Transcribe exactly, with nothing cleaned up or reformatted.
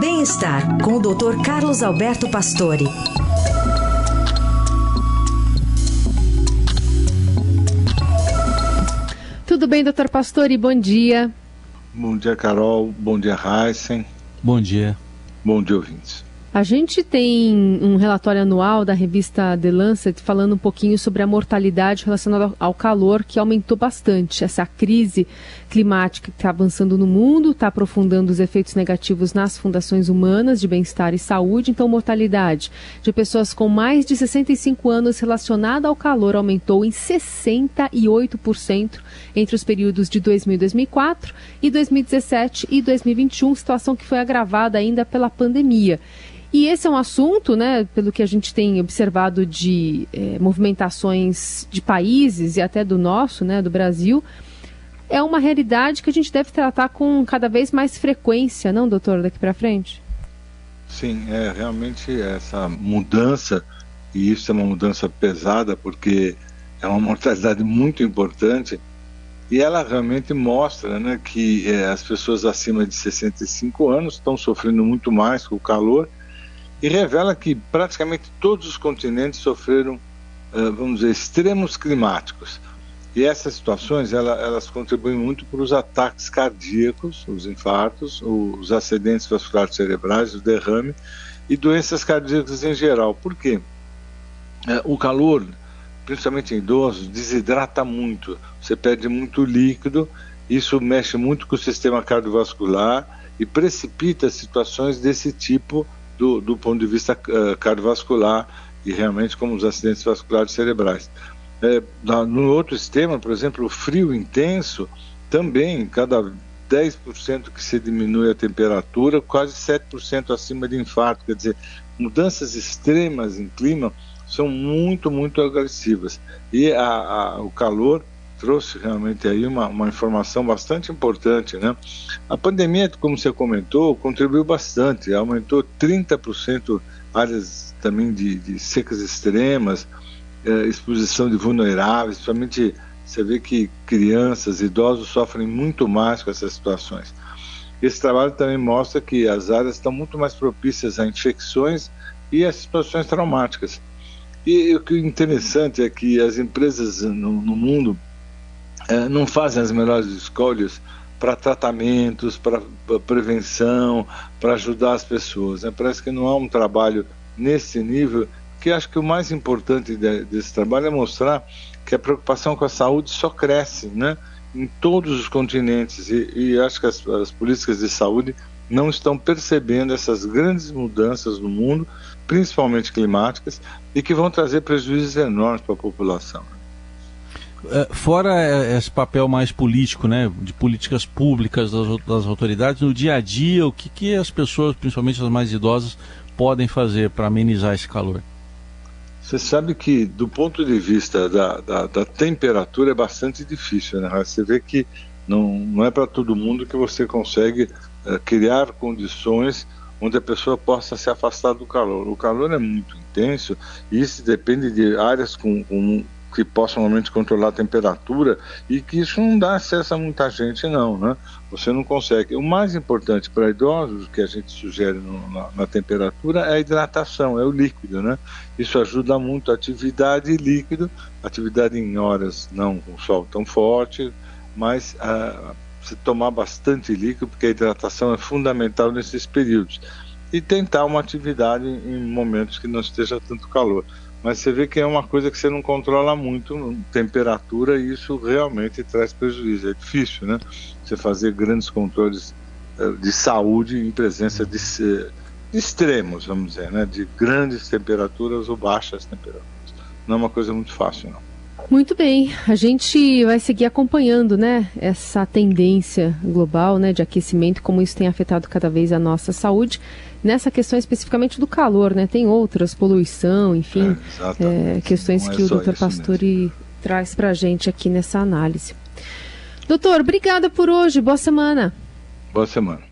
Bem-estar, com o doutor Carlos Alberto Pastore. Tudo bem, doutor Pastore? Bom dia. Bom dia, Carol. Bom dia, Heisen. Bom dia. Bom dia, ouvintes. A gente tem um relatório anual da revista The Lancet falando um pouquinho sobre a mortalidade relacionada ao calor, que aumentou bastante. Essa crise climática que está avançando no mundo, está aprofundando os efeitos negativos nas fundações humanas de bem-estar e saúde. Então, mortalidade de pessoas com mais de sessenta e cinco anos relacionada ao calor aumentou em sessenta e oito por cento entre os períodos de dois mil e dois mil e quatro e dois mil e dezessete e dois mil e vinte e um, situação que foi agravada ainda pela pandemia. E esse é um assunto, né, pelo que a gente tem observado de eh, movimentações de países e até do nosso, né, do Brasil, é uma realidade que a gente deve tratar com cada vez mais frequência, não, doutor, daqui para frente? Sim, é realmente essa mudança, e isso é uma mudança pesada, porque é uma mortalidade muito importante, e ela realmente mostra, né, que eh, as pessoas acima de sessenta e cinco anos estão sofrendo muito mais com o calor, e revela que praticamente todos os continentes sofreram, uh, vamos dizer, extremos climáticos. E essas situações, ela, elas contribuem muito para os ataques cardíacos, os infartos, os acidentes vasculares cerebrais, o derrame e doenças cardíacas em geral. Por quê? Uh, o calor, principalmente em idosos, desidrata muito, você perde muito líquido, isso mexe muito com o sistema cardiovascular e precipita situações desse tipo Do, do ponto de vista uh, cardiovascular e realmente como os acidentes vasculares cerebrais. É, no outro extremo, por exemplo, o frio intenso, também cada dez por cento que se diminui a temperatura, quase sete por cento acima de infarto. Quer dizer, mudanças extremas em clima são muito, muito agressivas. E a, a, o calor trouxe realmente aí uma, uma informação bastante importante, né? A pandemia, como você comentou, contribuiu bastante, aumentou trinta por cento áreas também de, de secas extremas, eh, exposição de vulneráveis, principalmente você vê que crianças, idosos sofrem muito mais com essas situações. Esse trabalho também mostra que as áreas estão muito mais propícias a infecções e a situações traumáticas. E o que é interessante é que as empresas no, no mundo É, não fazem as melhores escolhas para tratamentos, para prevenção, para ajudar as pessoas, né? Parece que não há um trabalho nesse nível, que acho que o mais importante de, desse trabalho é mostrar que a preocupação com a saúde só cresce, né? Em todos os continentes, e, e acho que as, as políticas de saúde não estão percebendo essas grandes mudanças no mundo, principalmente climáticas, e que vão trazer prejuízos enormes para a população. Fora esse papel mais político, né, de políticas públicas das, das autoridades, no dia a dia, o que, que as pessoas, principalmente as mais idosas, podem fazer para amenizar esse calor? Você sabe que, do ponto de vista da, da, da temperatura, é bastante difícil, né? Você vê que não, não é para todo mundo que você consegue uh, criar condições onde a pessoa possa se afastar do calor. O calor é muito intenso e isso depende de áreas com... com que possam realmente controlar a temperatura, e que isso não dá acesso a muita gente não, né? Você não consegue. O mais importante para idosos, que a gente sugere no, na, na temperatura, é a hidratação, é o líquido, né? Isso ajuda muito a atividade líquido, atividade em horas não com sol tão forte, mas ah, se tomar bastante líquido, porque a hidratação é fundamental nesses períodos, e tentar uma atividade em momentos que não esteja tanto calor. Mas você vê que é uma coisa que você não controla muito, temperatura, e isso realmente traz prejuízo. É difícil, né? Você fazer grandes controles uh, de saúde em presença de, de extremos, vamos dizer, né? De grandes temperaturas ou baixas temperaturas. Não é uma coisa muito fácil, não. Muito bem, a gente vai seguir acompanhando, né, essa tendência global, né, de aquecimento, como isso tem afetado cada vez a nossa saúde. Nessa questão especificamente do calor, né, tem outras, poluição, enfim, é, é, questões é que o doutor Pastore traz para a gente aqui nessa análise. Doutor, obrigada por hoje, boa semana. Boa semana.